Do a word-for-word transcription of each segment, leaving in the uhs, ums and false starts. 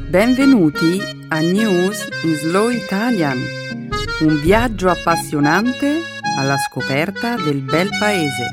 Benvenuti a News in Slow Italian, un viaggio appassionante alla scoperta del bel paese.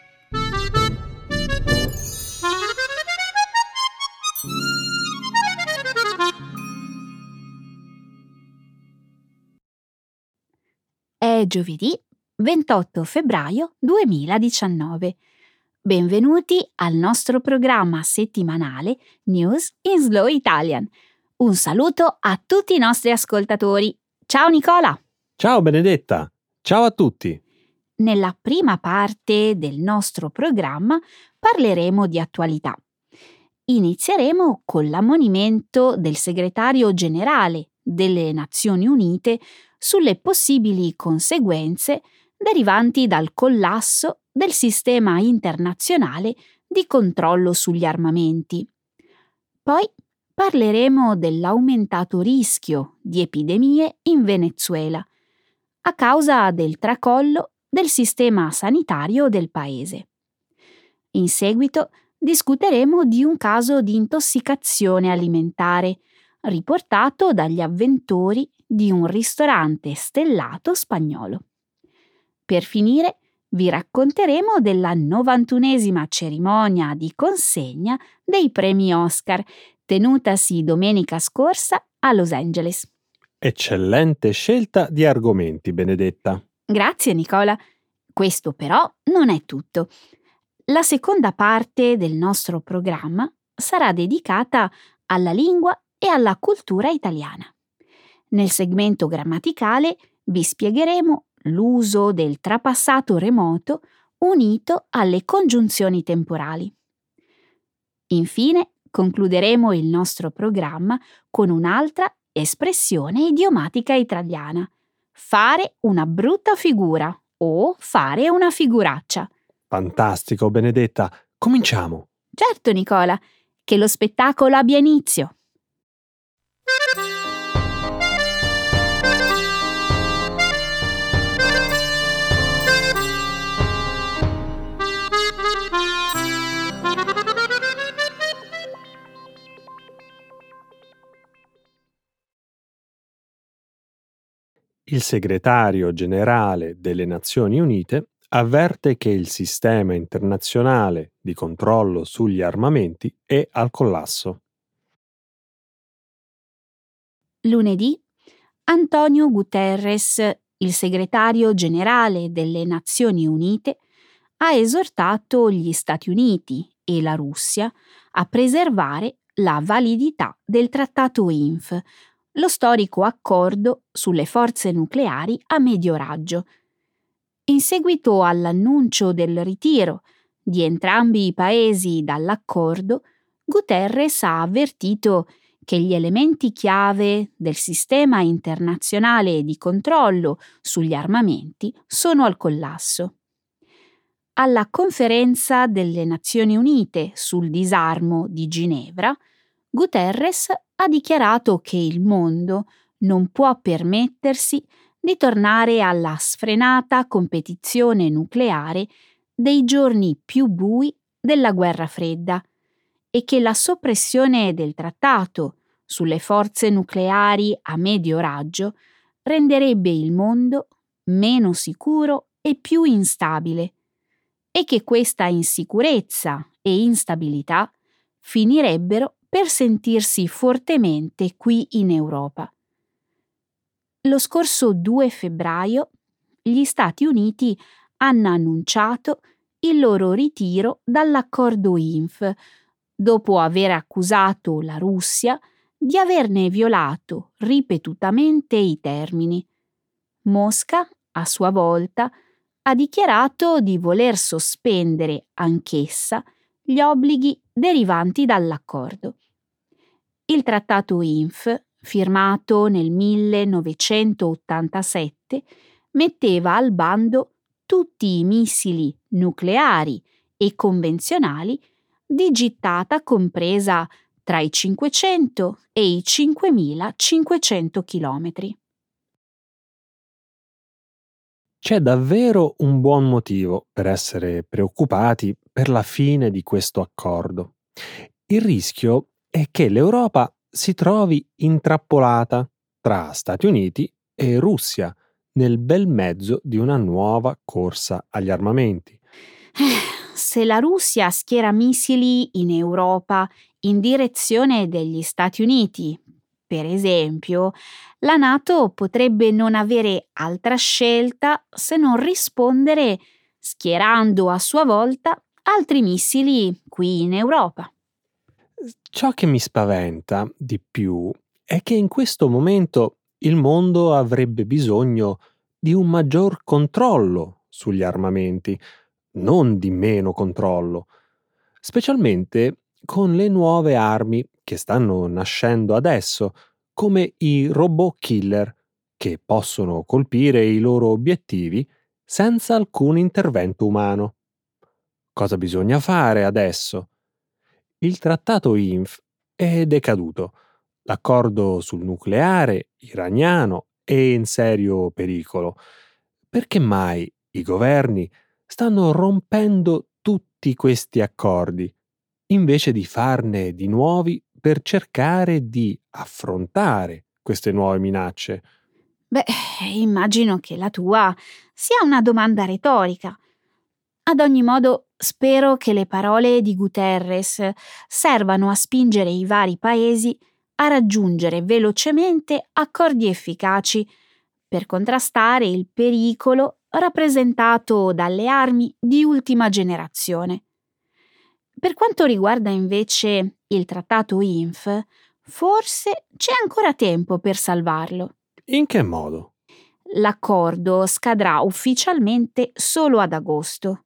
È giovedì ventotto febbraio duemiladiciannove. Benvenuti al nostro programma settimanale News in Slow Italian. Un saluto a tutti i nostri ascoltatori. Ciao Nicola! Ciao Benedetta! Ciao a tutti! Nella prima parte del nostro programma parleremo di attualità. Inizieremo con l'ammonimento del segretario generale delle Nazioni Unite sulle possibili conseguenze derivanti dal collasso del sistema internazionale di controllo sugli armamenti. Poi parleremo dell'aumentato rischio di epidemie in Venezuela a causa del tracollo del sistema sanitario del paese. In seguito discuteremo di un caso di intossicazione alimentare riportato dagli avventori di un ristorante stellato spagnolo. Per finire, vi racconteremo della novantunesima cerimonia di consegna dei premi Oscar, tenutasi domenica scorsa a Los Angeles. Eccellente scelta di argomenti, Benedetta. Grazie, Nicola. Questo però non è tutto. La seconda parte del nostro programma sarà dedicata alla lingua e alla cultura italiana. Nel segmento grammaticale vi spiegheremo l'uso del trapassato remoto unito alle congiunzioni temporali. Infine, concluderemo il nostro programma con un'altra espressione idiomatica italiana: fare una brutta figura o fare una figuraccia. Fantastico, Benedetta. Cominciamo. Certo, Nicola, che lo spettacolo abbia inizio. Il segretario generale delle Nazioni Unite avverte che il sistema internazionale di controllo sugli armamenti è al collasso. Lunedì, Antonio Guterres, il segretario generale delle Nazioni Unite, ha esortato gli Stati Uniti e la Russia a preservare la validità del trattato I N F, lo storico accordo sulle forze nucleari a medio raggio. In seguito all'annuncio del ritiro di entrambi i paesi dall'accordo, Guterres ha avvertito che gli elementi chiave del sistema internazionale di controllo sugli armamenti sono al collasso. Alla conferenza delle Nazioni Unite sul disarmo di Ginevra, Guterres ha dichiarato che il mondo non può permettersi di tornare alla sfrenata competizione nucleare dei giorni più bui della Guerra Fredda e che la soppressione del trattato sulle forze nucleari a medio raggio renderebbe il mondo meno sicuro e più instabile, e che questa insicurezza e instabilità finirebbero per sentirsi fortemente qui in Europa. Lo scorso due febbraio gli Stati Uniti hanno annunciato il loro ritiro dall'accordo I N F, dopo aver accusato la Russia di averne violato ripetutamente i termini. Mosca, a sua volta, ha dichiarato di voler sospendere anch'essa gli obblighi derivanti dall'accordo. Il trattato I N F, firmato nel millenovecentottantasette, metteva al bando tutti i missili nucleari e convenzionali di gittata compresa tra i cinquecento e i cinquemilacinquecento chilometri. C'è davvero un buon motivo per essere preoccupati per la fine di questo accordo. Il rischio è che l'Europa si trovi intrappolata tra Stati Uniti e Russia nel bel mezzo di una nuova corsa agli armamenti. Se la Russia schiera missili in Europa in direzione degli Stati Uniti, per esempio, la NATO potrebbe non avere altra scelta se non rispondere schierando a sua volta altri missili qui in Europa. Ciò che mi spaventa di più è che in questo momento il mondo avrebbe bisogno di un maggior controllo sugli armamenti, non di meno controllo, specialmente con le nuove armi che stanno nascendo adesso, come i robot killer, che possono colpire i loro obiettivi senza alcun intervento umano. Cosa bisogna fare adesso? Il trattato I N F è decaduto. L'accordo sul nucleare iraniano è in serio pericolo. Perché mai i governi stanno rompendo tutti questi accordi, invece di farne di nuovi per cercare di affrontare queste nuove minacce? Beh, immagino che la tua sia una domanda retorica. Ad ogni modo, spero che le parole di Guterres servano a spingere i vari paesi a raggiungere velocemente accordi efficaci per contrastare il pericolo rappresentato dalle armi di ultima generazione. Per quanto riguarda invece il trattato I N F, forse c'è ancora tempo per salvarlo. In che modo? L'accordo scadrà ufficialmente solo ad agosto.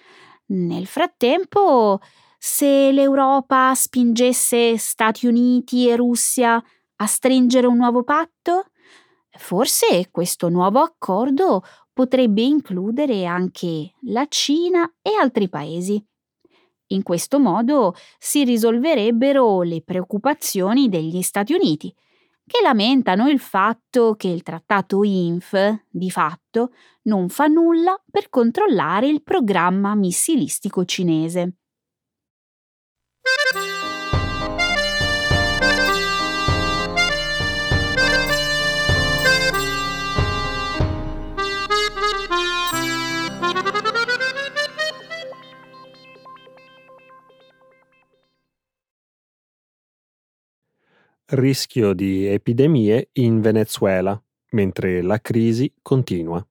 Nel frattempo, se l'Europa spingesse Stati Uniti e Russia a stringere un nuovo patto, forse questo nuovo accordo potrebbe includere anche la Cina e altri paesi. In questo modo si risolverebbero le preoccupazioni degli Stati Uniti, che lamentano il fatto che il trattato I N F, di fatto, non fa nulla per controllare il programma missilistico cinese. Rischio di epidemie in Venezuela, mentre la crisi continua.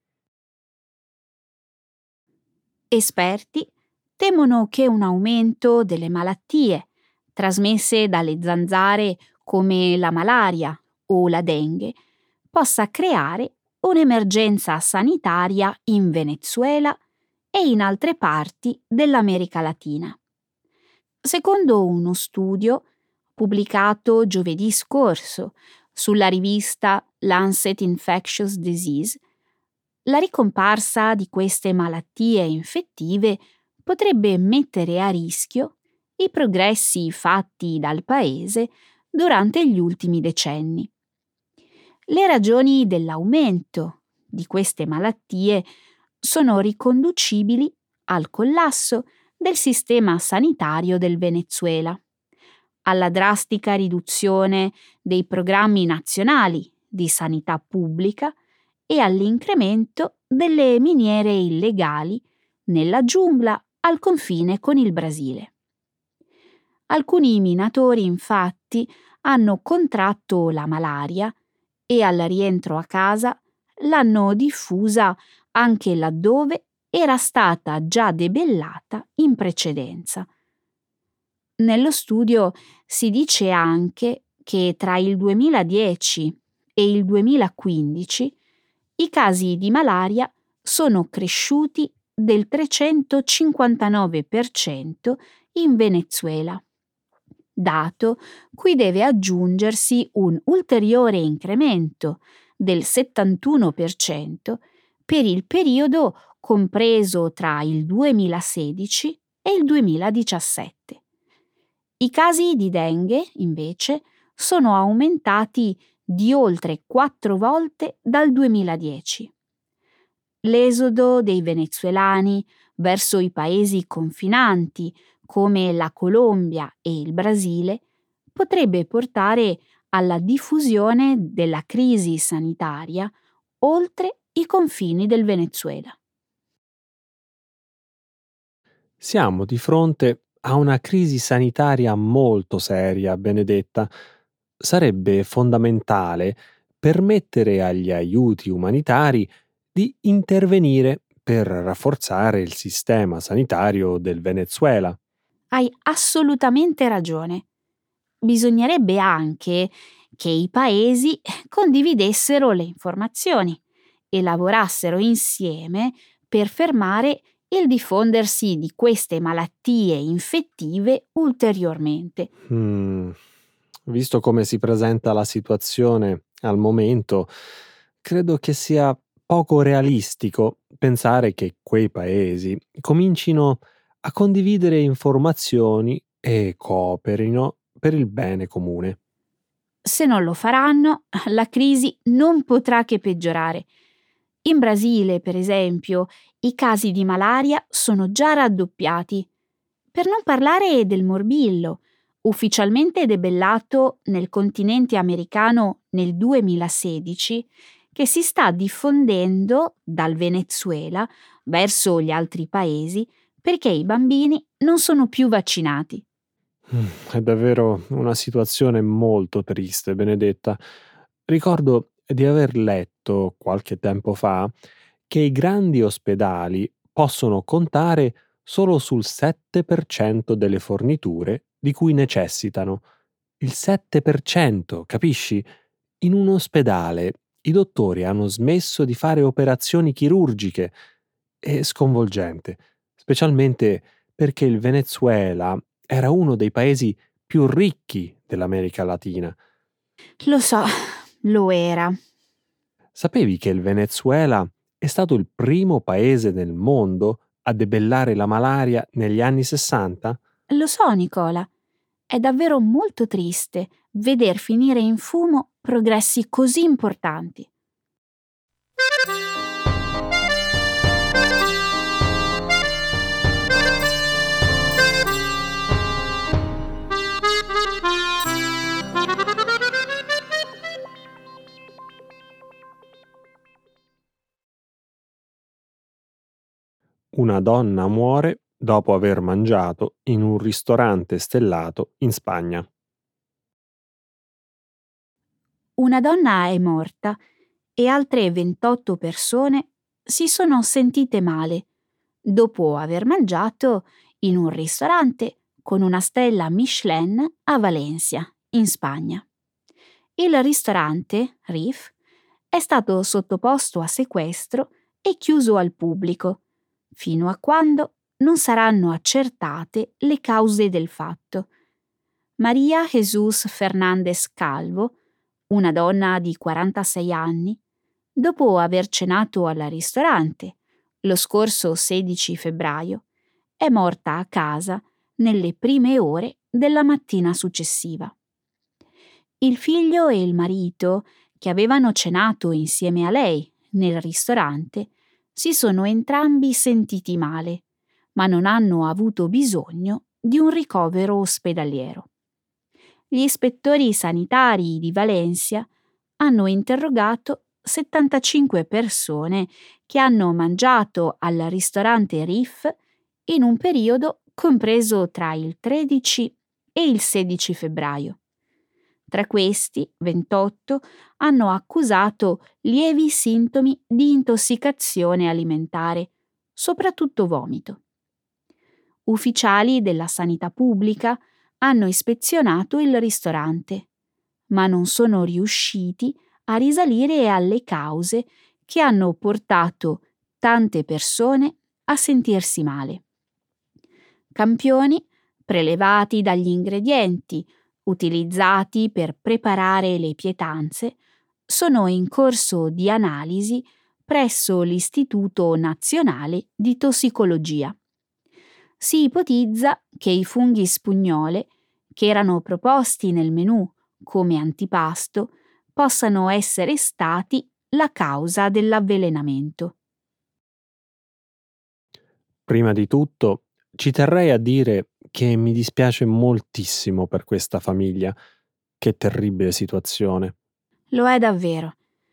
Esperti temono che un aumento delle malattie trasmesse dalle zanzare come la malaria o la dengue possa creare un'emergenza sanitaria in Venezuela e in altre parti dell'America Latina. Secondo uno studio pubblicato giovedì scorso sulla rivista Lancet Infectious Disease, la ricomparsa di queste malattie infettive potrebbe mettere a rischio i progressi fatti dal paese durante gli ultimi decenni. Le ragioni dell'aumento di queste malattie sono riconducibili al collasso del sistema sanitario del Venezuela, alla drastica riduzione dei programmi nazionali di sanità pubblica e all'incremento delle miniere illegali nella giungla al confine con il Brasile. Alcuni minatori, infatti, hanno contratto la malaria e al rientro a casa l'hanno diffusa anche laddove era stata già debellata in precedenza. Nello studio si dice anche che tra il duemiladieci e il duemilaquindici i casi di malaria sono cresciuti del trecentocinquantanove per cento in Venezuela, dato cui deve aggiungersi un ulteriore incremento del settantuno per cento per il periodo compreso tra il duemilasedici e il duemiladiciassette. I casi di dengue, invece, sono aumentati di oltre quattro volte dal duemiladieci. L'esodo dei venezuelani verso i paesi confinanti, come la Colombia e il Brasile, potrebbe portare alla diffusione della crisi sanitaria oltre i confini del Venezuela. Siamo di fronte a una crisi sanitaria molto seria, Benedetta. Sarebbe fondamentale permettere agli aiuti umanitari di intervenire per rafforzare il sistema sanitario del Venezuela. Hai assolutamente ragione. Bisognerebbe anche che i paesi condividessero le informazioni e lavorassero insieme per fermare il diffondersi di queste malattie infettive ulteriormente. Mm, visto come si presenta la situazione al momento, credo che sia poco realistico pensare che quei paesi comincino a condividere informazioni e cooperino per il bene comune. Se non lo faranno, la crisi non potrà che peggiorare. In Brasile, per esempio, i casi di malaria sono già raddoppiati. Per non parlare del morbillo, ufficialmente debellato nel continente americano nel duemilasedici, che si sta diffondendo dal Venezuela verso gli altri paesi perché i bambini non sono più vaccinati. Mm, È davvero una situazione molto triste, Benedetta. Ricordo di aver letto qualche tempo fa che i grandi ospedali possono contare solo sul sette per cento delle forniture di cui necessitano. Il sette per cento, capisci? In un ospedale i dottori hanno smesso di fare operazioni chirurgiche. È sconvolgente, specialmente perché il Venezuela era uno dei paesi più ricchi dell'America Latina. Lo so, lo era. Sapevi che il Venezuela è stato il primo paese nel mondo a debellare la malaria negli anni sessanta? Lo so, Nicola. È davvero molto triste veder finire in fumo progressi così importanti. Una donna muore dopo aver mangiato in un ristorante stellato in Spagna. Una donna è morta e altre ventotto persone si sono sentite male dopo aver mangiato in un ristorante con una stella Michelin a Valencia, in Spagna. Il ristorante, Rif, è stato sottoposto a sequestro e chiuso al pubblico, fino a quando non saranno accertate le cause del fatto. Maria Jesús Fernández Calvo, una donna di quarantasei anni, dopo aver cenato al ristorante lo scorso sedici febbraio, è morta a casa nelle prime ore della mattina successiva. Il figlio e il marito, che avevano cenato insieme a lei nel ristorante, si sono entrambi sentiti male, ma non hanno avuto bisogno di un ricovero ospedaliero. Gli ispettori sanitari di Valencia hanno interrogato settantacinque persone che hanno mangiato al ristorante Rif in un periodo compreso tra il tredici e il sedici febbraio. Tra questi, ventotto hanno accusato lievi sintomi di intossicazione alimentare, soprattutto vomito. Ufficiali della sanità pubblica hanno ispezionato il ristorante, ma non sono riusciti a risalire alle cause che hanno portato tante persone a sentirsi male. Campioni prelevati dagli ingredienti utilizzati per preparare le pietanze sono in corso di analisi presso l'Istituto Nazionale di Tossicologia. Si ipotizza che i funghi spugnole, che erano proposti nel menù come antipasto, possano essere stati la causa dell'avvelenamento. Prima di tutto, ci terrei a dire che mi dispiace moltissimo per questa famiglia. Che terribile situazione. Lo è davvero.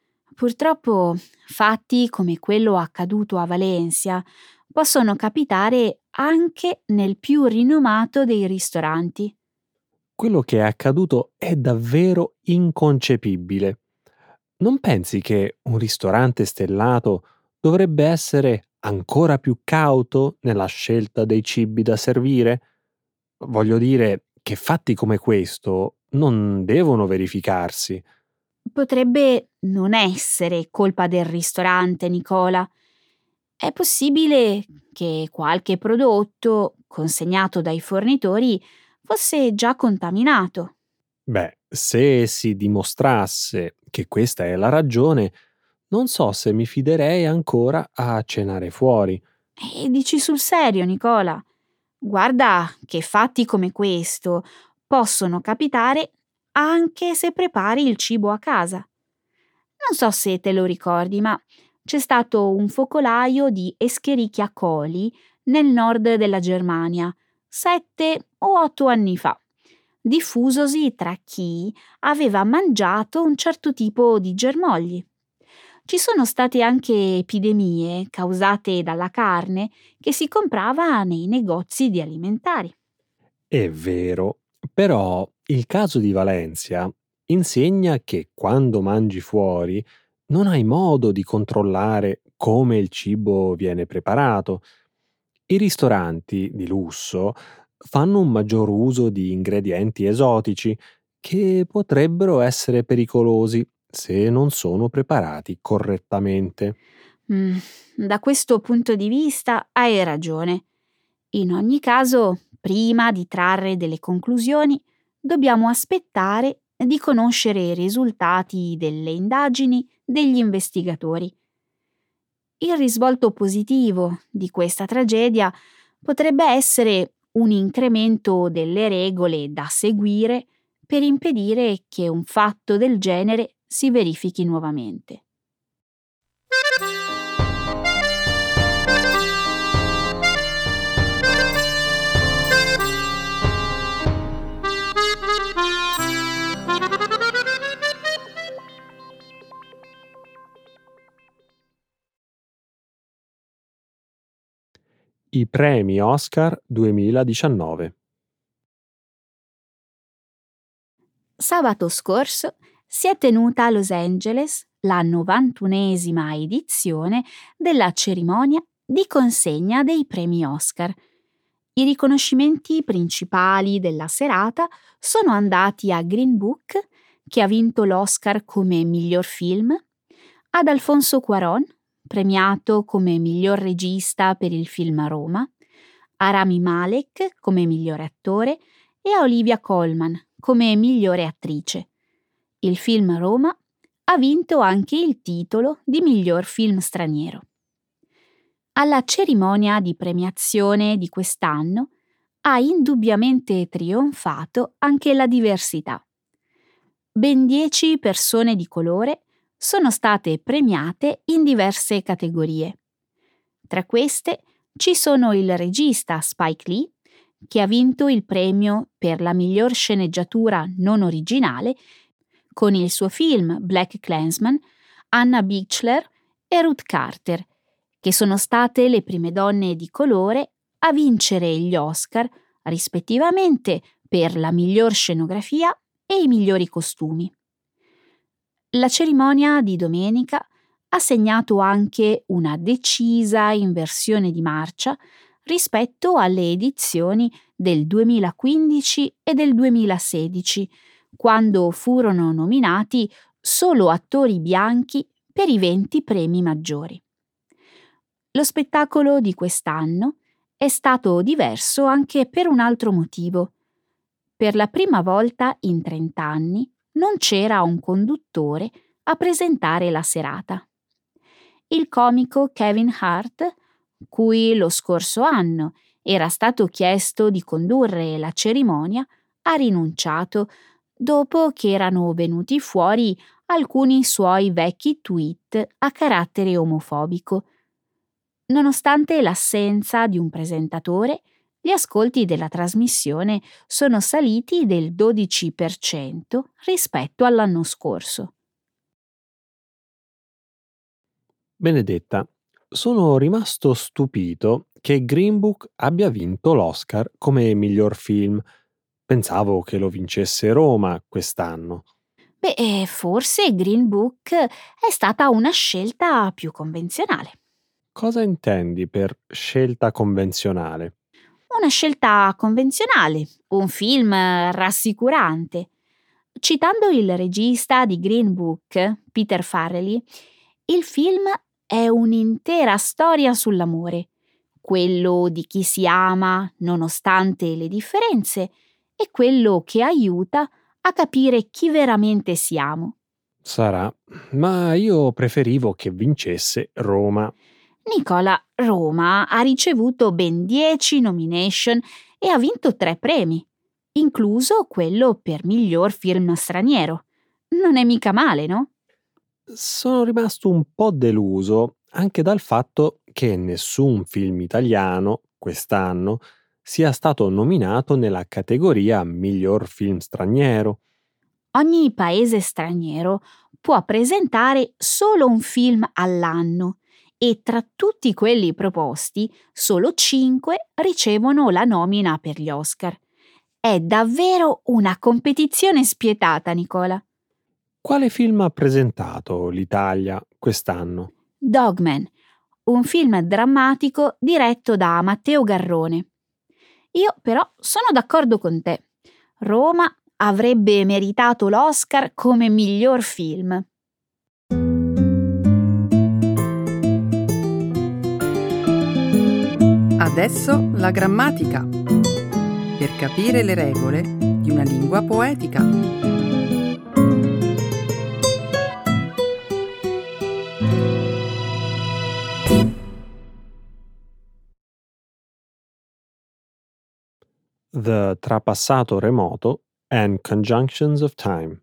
Purtroppo fatti come quello accaduto a Valencia possono capitare anche nel più rinomato dei ristoranti. Quello che è accaduto è davvero inconcepibile. Non pensi che un ristorante stellato dovrebbe essere ancora più cauto nella scelta dei cibi da servire? Voglio dire che fatti come questo non devono verificarsi. Potrebbe non essere colpa del ristorante, Nicola. È possibile che qualche prodotto consegnato dai fornitori fosse già contaminato. Beh, se si dimostrasse che questa è la ragione, non so se mi fiderei ancora a cenare fuori. E dici sul serio, Nicola? Guarda che fatti come questo possono capitare anche se prepari il cibo a casa. Non so se te lo ricordi, ma c'è stato un focolaio di Escherichia coli nel nord della Germania, sette o otto anni fa, diffusosi tra chi aveva mangiato un certo tipo di germogli. Ci sono state anche epidemie causate dalla carne che si comprava nei negozi di alimentari. È vero, però il caso di Valencia insegna che quando mangi fuori non hai modo di controllare come il cibo viene preparato. I ristoranti di lusso fanno un maggior uso di ingredienti esotici che potrebbero essere pericolosi se non sono preparati correttamente. Mm, da questo punto di vista hai ragione. In ogni caso, prima di trarre delle conclusioni, dobbiamo aspettare di conoscere i risultati delle indagini degli investigatori. Il risvolto positivo di questa tragedia potrebbe essere un incremento delle regole da seguire per impedire che un fatto del genere si verifichi nuovamente. I premi Oscar duemiladiciannove. Sabato scorso si è tenuta a Los Angeles la novantunesima edizione della cerimonia di consegna dei premi Oscar. I riconoscimenti principali della serata sono andati a Green Book, che ha vinto l'Oscar come miglior film, ad Alfonso Cuarón, premiato come miglior regista per il film Roma, a Rami Malek come migliore attore e a Olivia Colman come migliore attrice. Il film Roma ha vinto anche il titolo di miglior film straniero. Alla cerimonia di premiazione di quest'anno ha indubbiamente trionfato anche la diversità. Ben dieci persone di colore sono state premiate in diverse categorie. Tra queste ci sono il regista Spike Lee, che ha vinto il premio per la miglior sceneggiatura non originale con il suo film Black Klansman, Anna Bichler e Ruth Carter, che sono state le prime donne di colore a vincere gli Oscar rispettivamente per la miglior scenografia e i migliori costumi. La cerimonia di domenica ha segnato anche una decisa inversione di marcia rispetto alle edizioni del duemilaquindici e del duemilasedici, quando furono nominati solo attori bianchi per i venti premi maggiori. Lo spettacolo di quest'anno è stato diverso anche per un altro motivo. Per la prima volta in trent'anni non c'era un conduttore a presentare la serata. Il comico Kevin Hart, cui lo scorso anno era stato chiesto di condurre la cerimonia, ha rinunciato dopo che erano venuti fuori alcuni suoi vecchi tweet a carattere omofobico. Nonostante l'assenza di un presentatore, Gli ascolti della trasmissione sono saliti del dodici per cento rispetto all'anno scorso. Benedetta, sono rimasto stupito che Green Book abbia vinto l'Oscar come miglior film. Pensavo che lo vincesse Roma quest'anno. Beh, eh, forse Green Book è stata una scelta più convenzionale. Cosa intendi per scelta convenzionale? Una scelta convenzionale, un film rassicurante. Citando il regista di Green Book, Peter Farrelly, il film è un'intera storia sull'amore, quello di chi si ama nonostante le differenze e quello che aiuta a capire chi veramente siamo. Sarà, ma io preferivo che vincesse Roma. Nicola, Roma ha ricevuto ben dieci nomination e ha vinto tre premi, incluso quello per miglior film straniero. Non è mica male, no? Sono rimasto un po' deluso anche dal fatto che nessun film italiano quest'anno sia stato nominato nella categoria miglior film straniero. Ogni paese straniero può presentare solo un film all'anno e tra tutti quelli proposti solo cinque ricevono la nomina per gli Oscar. È davvero una competizione spietata, Nicola. Quale film ha presentato l'Italia quest'anno? Dogman, un film drammatico diretto da Matteo Garrone. Io però sono d'accordo con te. Roma avrebbe meritato l'Oscar come miglior film. Adesso la grammatica, per capire le regole di una lingua poetica. The trapassato remoto and conjunctions of time.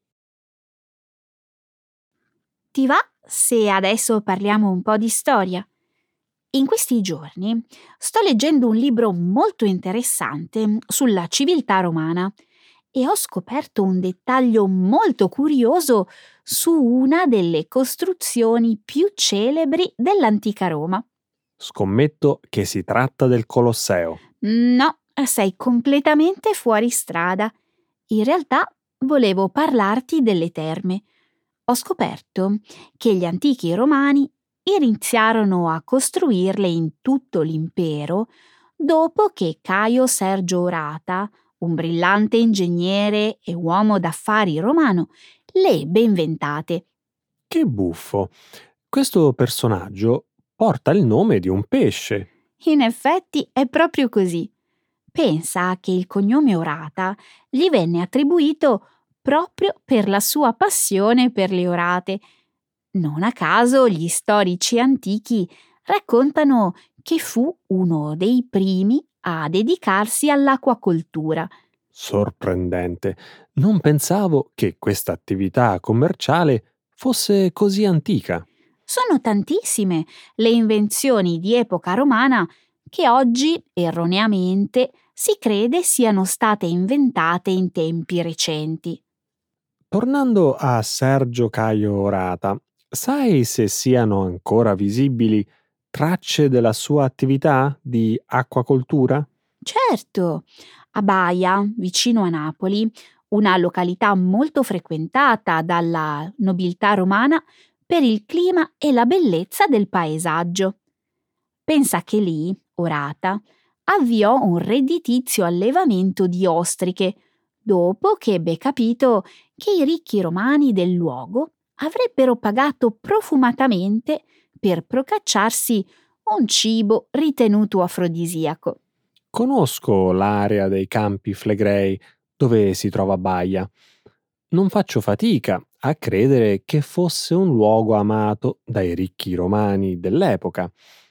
Ti va se adesso parliamo un po' di storia? In questi giorni sto leggendo un libro molto interessante sulla civiltà romana e ho scoperto un dettaglio molto curioso su una delle costruzioni più celebri dell'antica Roma. Scommetto che si tratta del Colosseo. No, sei completamente fuori strada. In realtà volevo parlarti delle terme. Ho scoperto che gli antichi romani iniziarono a costruirle in tutto l'impero dopo che Caio Sergio Orata, un brillante ingegnere e uomo d'affari romano, le ebbe inventate. Che buffo! Questo personaggio porta il nome di un pesce. In effetti è proprio così. Pensa che il cognome Orata gli venne attribuito proprio per la sua passione per le orate. Non a caso gli storici antichi raccontano che fu uno dei primi a dedicarsi all'acquacoltura. Sorprendente. Non pensavo che questa attività commerciale fosse così antica. Sono tantissime le invenzioni di epoca romana che oggi, erroneamente, si crede siano state inventate in tempi recenti. Tornando a Sergio Caio Orata, sai se siano ancora visibili tracce della sua attività di acquacoltura? Certo, a Baia, vicino a Napoli, una località molto frequentata dalla nobiltà romana per il clima e la bellezza del paesaggio. Pensa che lì, Orata, avviò un redditizio allevamento di ostriche, dopo che ebbe capito che i ricchi romani del luogo avrebbero pagato profumatamente per procacciarsi un cibo ritenuto afrodisiaco. Conosco l'area dei Campi Flegrei dove si trova Baia. Non faccio fatica a credere che fosse un luogo amato dai ricchi romani dell'epoca.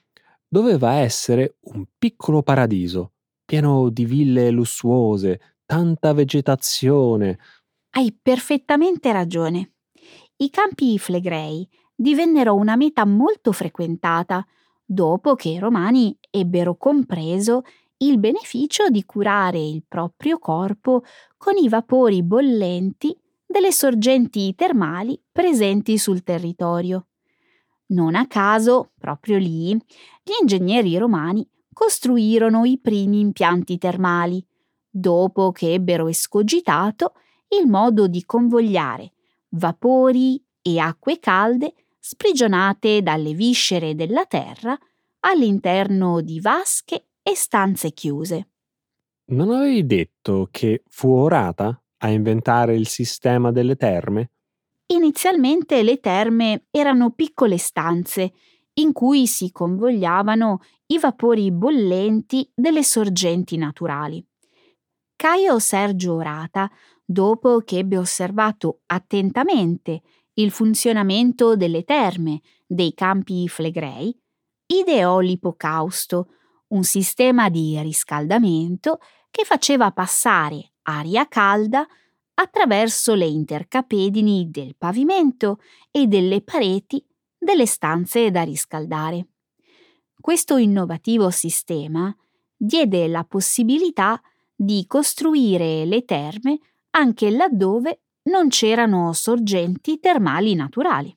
Doveva essere un piccolo paradiso, pieno di ville lussuose, tanta vegetazione. Hai perfettamente ragione. I Campi Flegrei divennero una meta molto frequentata dopo che i romani ebbero compreso il beneficio di curare il proprio corpo con i vapori bollenti delle sorgenti termali presenti sul territorio. Non a caso, proprio lì, gli ingegneri romani costruirono i primi impianti termali, dopo che ebbero escogitato il modo di convogliare vapori e acque calde sprigionate dalle viscere della terra all'interno di vasche e stanze chiuse. Non avevi detto che fu Orata a inventare il sistema delle terme? Inizialmente le terme erano piccole stanze in cui si convogliavano i vapori bollenti delle sorgenti naturali. Caio Sergio Orata, dopo che ebbe osservato attentamente il funzionamento delle terme dei Campi Flegrei, ideò l'ipocausto, un sistema di riscaldamento che faceva passare aria calda attraverso le intercapedini del pavimento e delle pareti delle stanze da riscaldare. Questo innovativo sistema diede la possibilità di costruire le terme anche laddove non c'erano sorgenti termali naturali.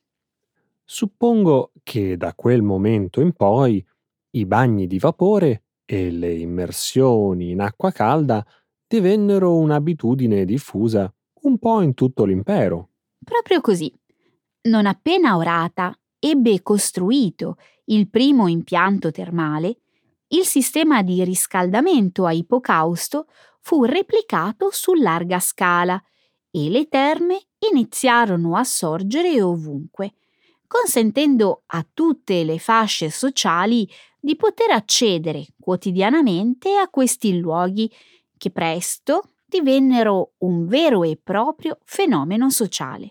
Suppongo che da quel momento in poi i bagni di vapore e le immersioni in acqua calda divennero un'abitudine diffusa un po' in tutto l'impero. Proprio così. Non appena Orata ebbe costruito il primo impianto termale, il sistema di riscaldamento a ipocausto fu replicato su larga scala e le terme iniziarono a sorgere ovunque, consentendo a tutte le fasce sociali di poter accedere quotidianamente a questi luoghi che presto divennero un vero e proprio fenomeno sociale.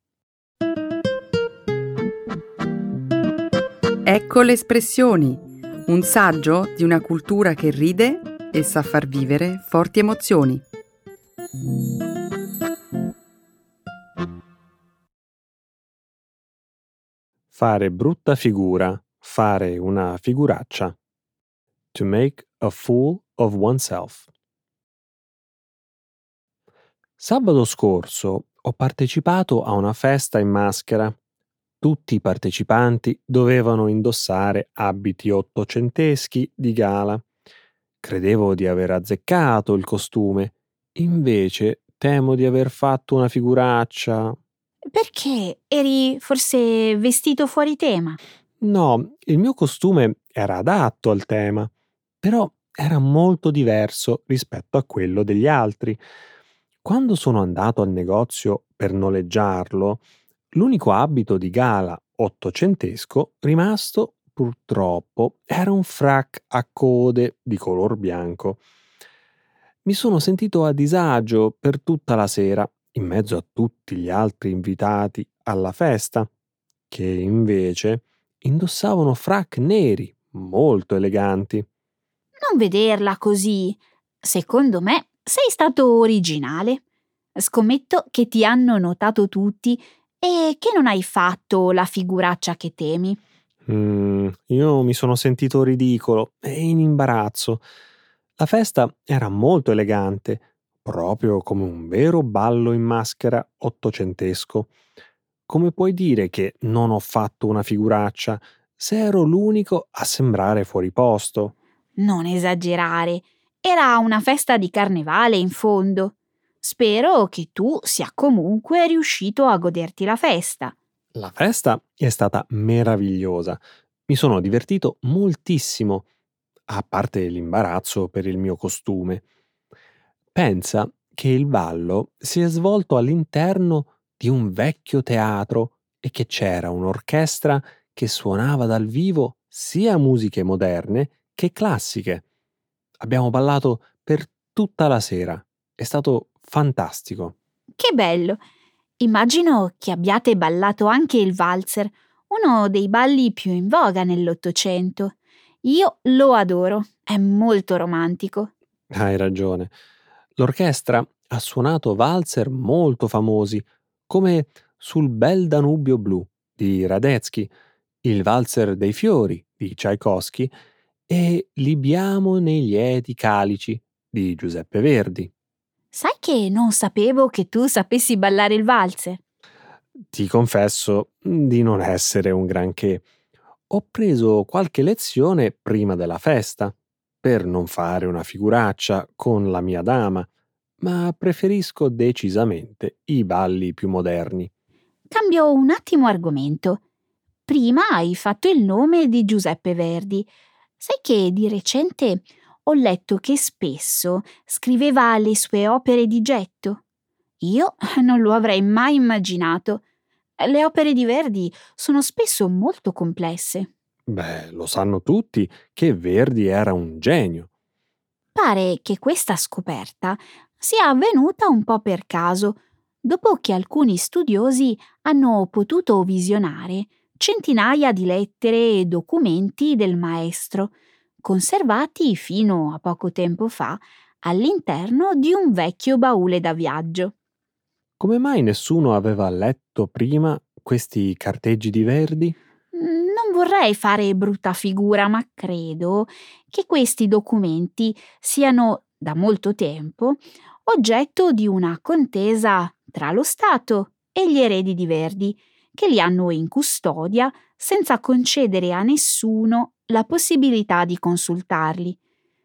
Ecco le espressioni, un saggio di una cultura che ride e sa far vivere forti emozioni. Fare brutta figura, fare una figuraccia. To make a fool of oneself. Sabato scorso ho partecipato a una festa in maschera. Tutti i partecipanti dovevano indossare abiti ottocenteschi di gala. Credevo di aver azzeccato il costume, invece temo di aver fatto una figuraccia. Perché eri forse vestito fuori tema? No, il mio costume era adatto al tema, però era molto diverso rispetto a quello degli altri. Quando sono andato al negozio per noleggiarlo, l'unico abito di gala ottocentesco rimasto, purtroppo, era un frac a code di color bianco. Mi sono sentito a disagio per tutta la sera, in mezzo a tutti gli altri invitati alla festa, che invece indossavano frac neri molto eleganti. Non vederla così. Secondo me sei stato originale. Scommetto che ti hanno notato tutti e che non hai fatto la figuraccia che temi. Mm, io mi sono sentito ridicolo e in imbarazzo. La festa era molto elegante, proprio come un vero ballo in maschera ottocentesco. Come puoi dire che non ho fatto una figuraccia se ero l'unico a sembrare fuori posto? Non esagerare. Era una festa di carnevale in fondo. Spero che tu sia comunque riuscito a goderti la festa. La festa è stata meravigliosa. Mi sono divertito moltissimo, a parte l'imbarazzo per il mio costume. Pensa che il ballo si è svolto all'interno di un vecchio teatro e che c'era un'orchestra che suonava dal vivo sia musiche moderne che classiche. Abbiamo ballato per tutta la sera. È stato fantastico. Che bello! Immagino che abbiate ballato anche il valzer, uno dei balli più in voga nell'Ottocento. Io lo adoro, è molto romantico. Hai ragione. L'orchestra ha suonato valzer molto famosi, come sul Bel Danubio blu di Radetzky, il valzer dei fiori di Tchaikovsky e Libiamo nei lieti calici di Giuseppe Verdi. Sai che non sapevo che tu sapessi ballare il valzer? Ti confesso di non essere un granché. Ho preso qualche lezione prima della festa, per non fare una figuraccia con la mia dama, ma preferisco decisamente i balli più moderni. Cambio un attimo argomento. Prima hai fatto il nome di Giuseppe Verdi. Sai che di recente ho letto che spesso scriveva le sue opere di getto? Io non lo avrei mai immaginato. Le opere di Verdi sono spesso molto complesse. Beh, lo sanno tutti che Verdi era un genio. Pare che questa scoperta sia avvenuta un po' per caso, dopo che alcuni studiosi hanno potuto visionare centinaia di lettere e documenti del maestro, conservati fino a poco tempo fa all'interno di un vecchio baule da viaggio. Come mai nessuno aveva letto prima questi carteggi di Verdi? Non vorrei fare brutta figura, ma credo che questi documenti siano da molto tempo oggetto di una contesa tra lo Stato e gli eredi di Verdi, che li hanno in custodia senza concedere a nessuno la possibilità di consultarli.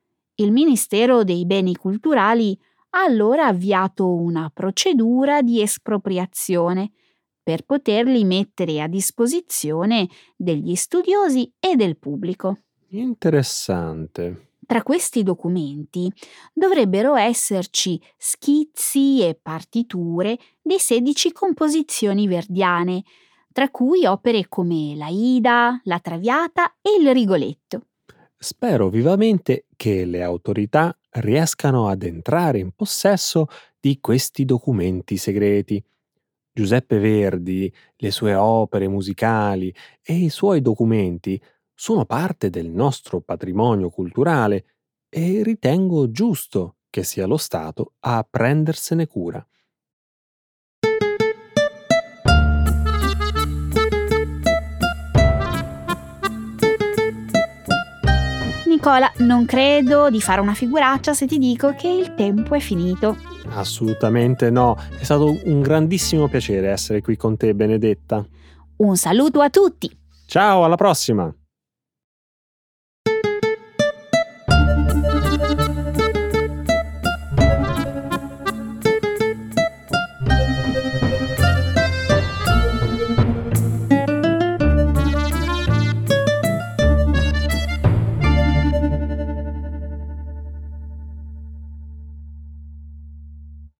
Il Ministero dei Beni Culturali ha allora avviato una procedura di espropriazione per poterli mettere a disposizione degli studiosi e del pubblico. Interessante. Tra questi documenti dovrebbero esserci schizzi e partiture di sedici composizioni verdiane, tra cui opere come l'Aida, la Traviata e il Rigoletto. Spero vivamente che le autorità riescano ad entrare in possesso di questi documenti segreti. Giuseppe Verdi, le sue opere musicali e i suoi documenti sono parte del nostro patrimonio culturale e ritengo giusto che sia lo Stato a prendersene cura. Nicola, non credo di fare una figuraccia se ti dico che il tempo è finito. Assolutamente no, è stato un grandissimo piacere essere qui con te, Benedetta. Un saluto a tutti! Ciao, alla prossima!